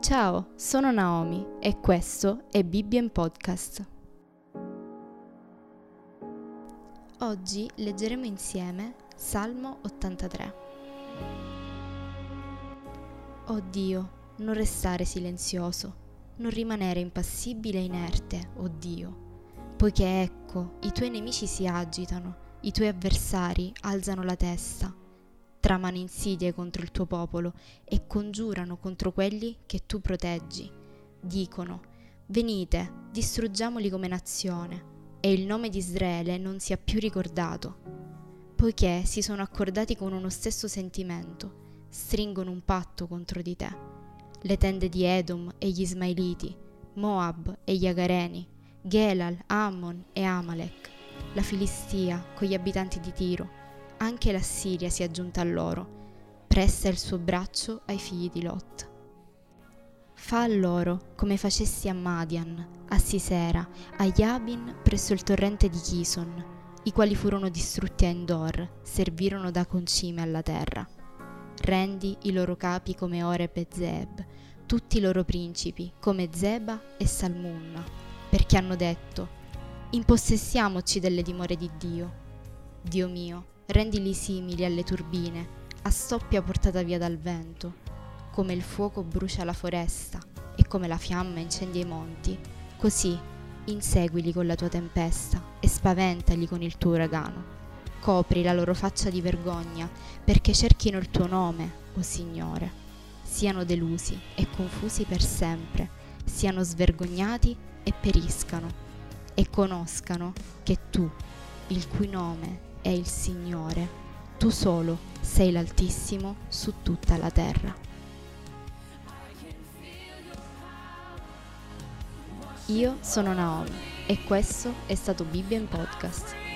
Ciao, sono Naomi e questo è Bibbia in Podcast. Oggi leggeremo insieme Salmo 83. Oh Dio, non restare silenzioso, non rimanere impassibile e inerte, oh Dio, poiché ecco, i tuoi nemici si agitano, i tuoi avversari alzano la testa, tramano insidie contro il tuo popolo e congiurano contro quelli che tu proteggi. Dicono: venite, distruggiamoli come nazione, e il nome di Israele non sia più ricordato. Poiché si sono accordati con uno stesso sentimento, stringono un patto contro di te. Le tende di Edom e gli Ismaeliti, Moab e gli Agareni, Gelal, Ammon e Amalek, la Filistia con gli abitanti di Tiro. Anche la Siria si è aggiunta a loro, presta il suo braccio ai figli di Lot. Fa a loro come facessi a Madian, a Sisera, a Yabin presso il torrente di Chison, i quali furono distrutti a Endor, servirono da concime alla terra. Rendi i loro capi come Oreb e Zeeb, tutti i loro principi come Zeba e Salmunna, perché hanno detto: impossessiamoci delle dimore di Dio. Dio mio, rendili simili alle turbine, a stoppia portata via dal vento. Come il fuoco brucia la foresta e come la fiamma incendia i monti, così inseguili con la tua tempesta e spaventali con il tuo uragano. Copri la loro faccia di vergogna perché cerchino il tuo nome, o Signore. Siano delusi e confusi per sempre, siano svergognati e periscano, e conoscano che tu, il cui nome è il Signore, tu solo sei l'Altissimo su tutta la terra. Io sono Naomi e questo è stato Bibbia in Podcast.